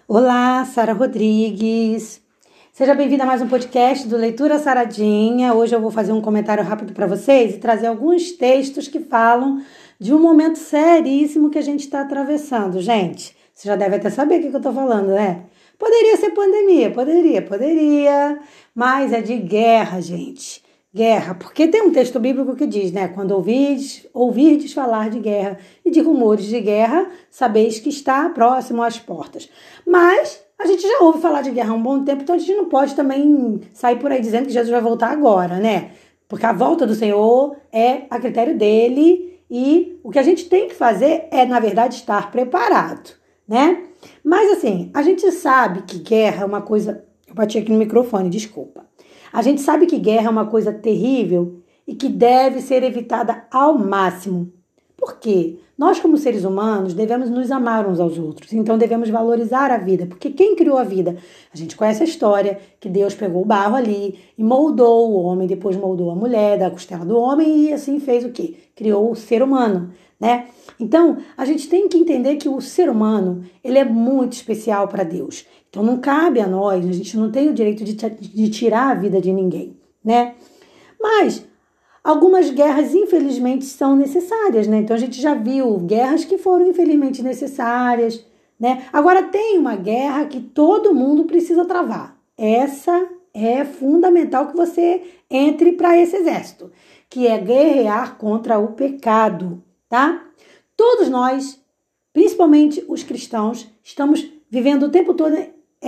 Olá, Sara Rodrigues. Seja bem-vinda a mais um podcast do Leitura Saradinha. Hoje eu vou fazer um comentário rápido para vocês e trazer alguns textos que falam de um momento seríssimo que a gente está atravessando. Gente, você já deve até saber o que eu estou falando, né? Poderia ser pandemia, poderia, mas é de guerra, gente. Guerra, porque tem um texto bíblico que diz, né? Quando ouvirdes falar de guerra e de rumores de guerra, sabeis que está próximo às portas. Mas a gente já ouve falar de guerra há um bom tempo, então a gente não pode também sair por aí dizendo que Jesus vai voltar agora, né? Porque a volta do Senhor é a critério dele e o que a gente tem que fazer é, na verdade, estar preparado, né? Mas assim, a gente sabe que guerra é uma coisa... Eu bati aqui no microfone, desculpa. A gente sabe que guerra é uma coisa terrível e que deve ser evitada ao máximo. Por quê? Nós, como seres humanos, devemos nos amar uns aos outros. Então, devemos valorizar a vida. Porque quem criou a vida? A gente conhece a história que Deus pegou o barro ali e moldou o homem, depois moldou a mulher da costela do homem e assim fez o quê? Criou o ser humano, né? Então, a gente tem que entender que o ser humano, ele é muito especial para Deus. Então, não cabe a nós, a gente não tem o direito de tirar a vida de ninguém, né? Mas algumas guerras, infelizmente, são necessárias, né? Então, a gente já viu guerras que foram, infelizmente, necessárias, né? Agora, tem uma guerra que todo mundo precisa travar. Essa é fundamental que você entre para esse exército, que é guerrear contra o pecado, tá? Todos nós, principalmente os cristãos, estamos vivendo o tempo todo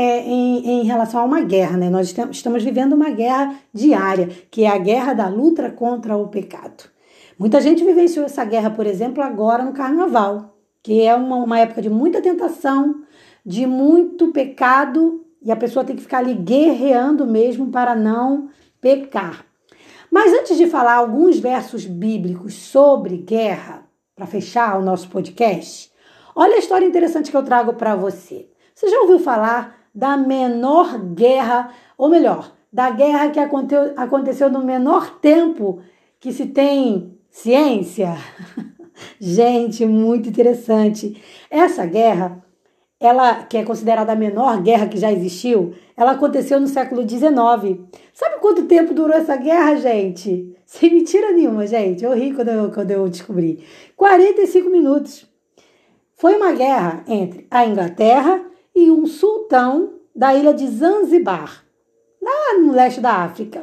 em relação a uma guerra, né? Nós estamos vivendo uma guerra diária, que é a guerra da luta contra o pecado. Muita gente vivenciou essa guerra, por exemplo, agora no Carnaval, que é uma época de muita tentação, de muito pecado, e a pessoa tem que ficar ali guerreando mesmo para não pecar. Mas antes de falar alguns versos bíblicos sobre guerra, para fechar o nosso podcast, olha a história interessante que eu trago para você. Você já ouviu falar da menor guerra, ou melhor, da guerra que aconteceu no menor tempo que se tem ciência? Gente, muito interessante. Essa guerra, ela que é considerada a menor guerra que já existiu, ela aconteceu no século XIX. Sabe quanto tempo durou essa guerra, gente? Sem mentira nenhuma, gente. Eu ri quando eu descobri. 45 minutos. Foi uma guerra entre a Inglaterra e um sultão da ilha de Zanzibar, lá no leste da África.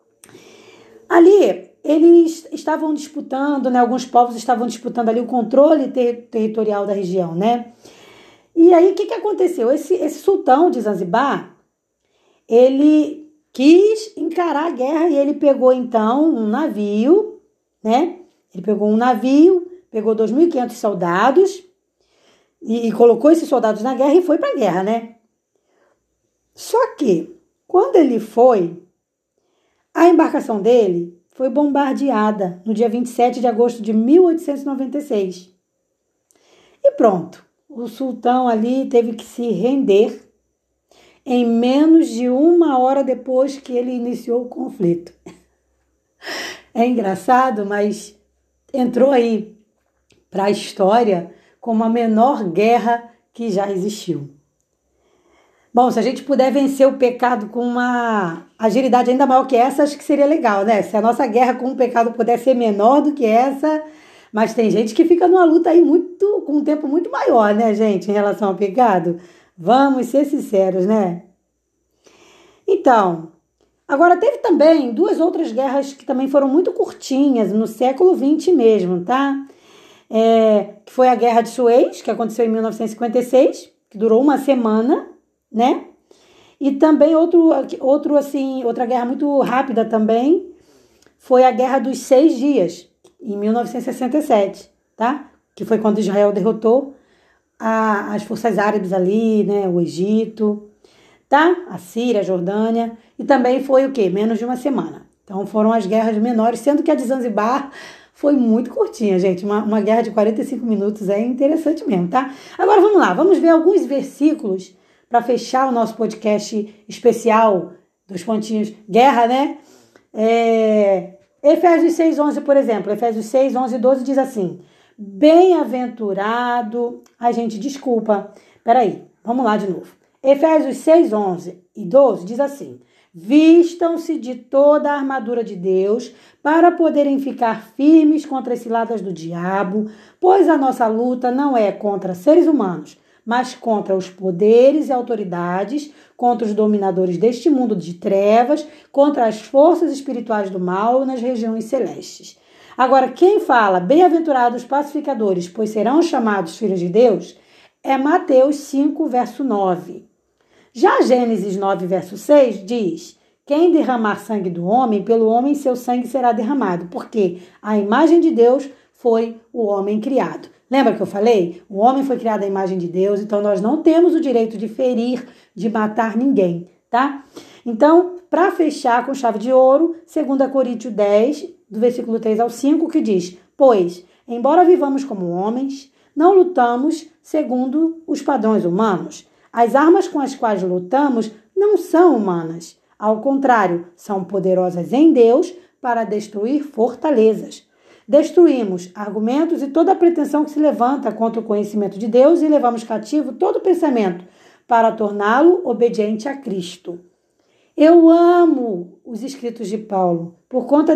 Ali, eles estavam disputando, né? Alguns povos estavam disputando ali o controle territorial da região, né? E aí, o que aconteceu? Esse sultão de Zanzibar, ele quis encarar a guerra e ele pegou, então, um navio, né? Ele pegou um navio, pegou 2.500 soldados e colocou esses soldados na guerra e foi para a guerra, né? Só que, quando ele foi, a embarcação dele foi bombardeada no dia 27 de agosto de 1896. E pronto, o sultão ali teve que se render em menos de 1 hora depois que ele iniciou o conflito. É engraçado, mas entrou aí para a história como a menor guerra que já existiu. Bom, se a gente puder vencer o pecado com uma agilidade ainda maior que essa, acho que seria legal, né? Se a nossa guerra com o pecado puder ser menor do que essa, mas tem gente que fica numa luta aí com um tempo muito maior, né, gente, em relação ao pecado? Vamos ser sinceros, né? Então, agora teve também 2 outras guerras que também foram muito curtinhas, no século XX mesmo, tá? Que foi a Guerra de Suez, que aconteceu em 1956, que durou 1 semana, né? E também outra guerra muito rápida também foi a Guerra dos 6 Dias, em 1967, tá? Que foi quando Israel derrotou as forças árabes ali, né? O Egito, tá? A Síria, a Jordânia, e também foi o quê? Menos de 1 semana. Então foram as guerras menores, sendo que a de Zanzibar foi muito curtinha, gente. Uma guerra de 45 minutos é interessante mesmo, tá? Agora vamos lá, vamos ver alguns versículos para fechar o nosso podcast especial dos pontinhos guerra, né? Efésios 6:11, por exemplo. Efésios 6:11 e 12 diz assim: bem-aventurado... Ai, gente, desculpa. Peraí, vamos lá de novo. Efésios 6, 11 e 12 diz assim: vistam-se de toda a armadura de Deus para poderem ficar firmes contra as ciladas do diabo, pois a nossa luta não é contra seres humanos, mas contra os poderes e autoridades, contra os dominadores deste mundo de trevas, contra as forças espirituais do mal nas regiões celestes. Agora, quem fala, bem-aventurados pacificadores, pois serão chamados filhos de Deus, é Mateus 5, verso 9. Já Gênesis 9, verso 6 diz: quem derramar sangue do homem, pelo homem seu sangue será derramado, porque a imagem de Deus foi o homem criado. Lembra que eu falei? O homem foi criado à imagem de Deus, então nós não temos o direito de ferir, de matar ninguém, tá? Então, para fechar com chave de ouro, 2 Coríntios 10, do versículo 3 ao 5, que diz: pois, embora vivamos como homens, não lutamos segundo os padrões humanos. As armas com as quais lutamos não são humanas. Ao contrário, são poderosas em Deus para destruir fortalezas. Destruímos argumentos e toda a pretensão que se levanta contra o conhecimento de Deus e levamos cativo todo pensamento para torná-lo obediente a Cristo. Eu amo os escritos de Paulo por conta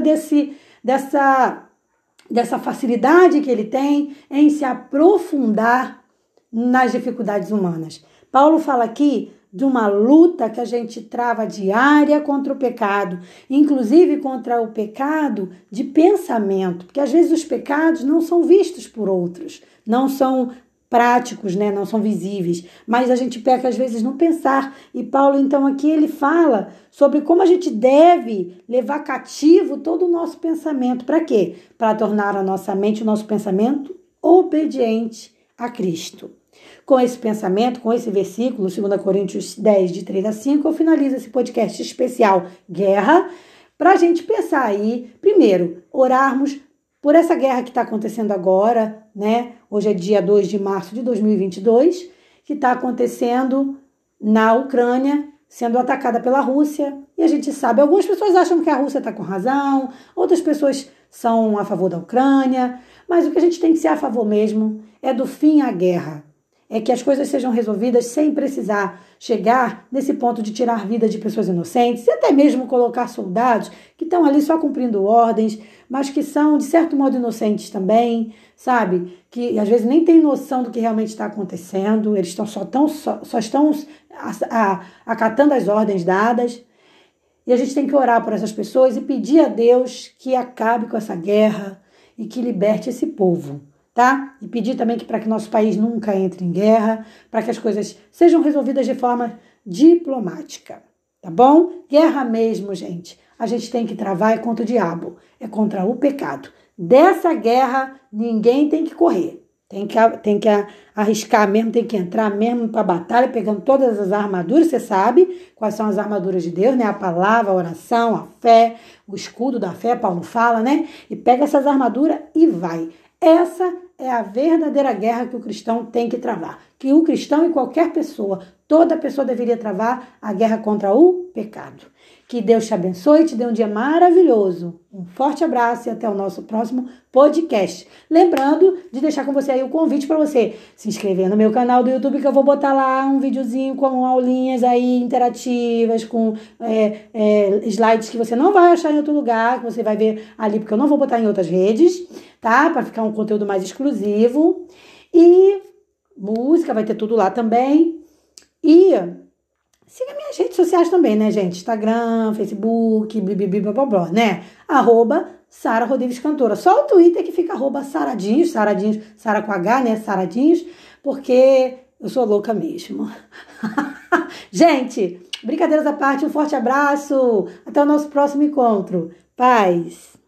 dessa facilidade que ele tem em se aprofundar nas dificuldades humanas. Paulo fala aqui de uma luta que a gente trava diária contra o pecado, inclusive contra o pecado de pensamento, porque às vezes os pecados não são vistos por outros, não são práticos, né? Não são visíveis, mas a gente peca às vezes no pensar. E Paulo, então, aqui ele fala sobre como a gente deve levar cativo todo o nosso pensamento. Para quê? Para tornar a nossa mente, o nosso pensamento, obediente a Cristo. Com esse pensamento, com esse versículo, 2 Coríntios 10, de 3 a 5, eu finalizo esse podcast especial Guerra, para a gente pensar aí, primeiro, orarmos por essa guerra que está acontecendo agora, né? Hoje é dia 2 de março de 2022, que está acontecendo na Ucrânia, sendo atacada pela Rússia, e a gente sabe, algumas pessoas acham que a Rússia está com razão, outras pessoas são a favor da Ucrânia, mas o que a gente tem que ser a favor mesmo é do fim à guerra. É que as coisas sejam resolvidas sem precisar chegar nesse ponto de tirar a vida de pessoas inocentes e até mesmo colocar soldados que estão ali só cumprindo ordens, mas que são, de certo modo, inocentes também, sabe? Que às vezes nem têm noção do que realmente está acontecendo, eles só estão acatando as ordens dadas. E a gente tem que orar por essas pessoas e pedir a Deus que acabe com essa guerra e que liberte esse povo. Tá? E pedir também para que nosso país nunca entre em guerra, para que as coisas sejam resolvidas de forma diplomática, tá bom? Guerra mesmo, gente. A gente tem que travar é contra o diabo, é contra o pecado. Dessa guerra, ninguém tem que correr. Tem que arriscar mesmo, tem que entrar mesmo para a batalha, pegando todas as armaduras. Você sabe quais são as armaduras de Deus, né? A palavra, a oração, a fé, o escudo da fé, Paulo fala, né? E pega essas armaduras e vai. Essa é a verdadeira guerra que o cristão tem que travar. Que o cristão e qualquer pessoa, toda pessoa deveria travar a guerra contra o pecado. Que Deus te abençoe e te dê um dia maravilhoso. Um forte abraço e até o nosso próximo podcast. Lembrando de deixar com você aí o convite para você se inscrever no meu canal do YouTube, que eu vou botar lá um videozinho com aulinhas aí interativas, com slides que você não vai achar em outro lugar, que você vai ver ali, porque eu não vou botar em outras redes, tá? Para ficar um conteúdo mais exclusivo. E música, vai ter tudo lá também. E siga minhas redes sociais também, né, gente? Instagram, Facebook, blá, né? @Sara Rodrigues Cantora. Só o Twitter que fica @Saradinhos, Sara com H, né? Saradinhos, porque eu sou louca mesmo. Gente, brincadeiras à parte, um forte abraço. Até o nosso próximo encontro. Paz.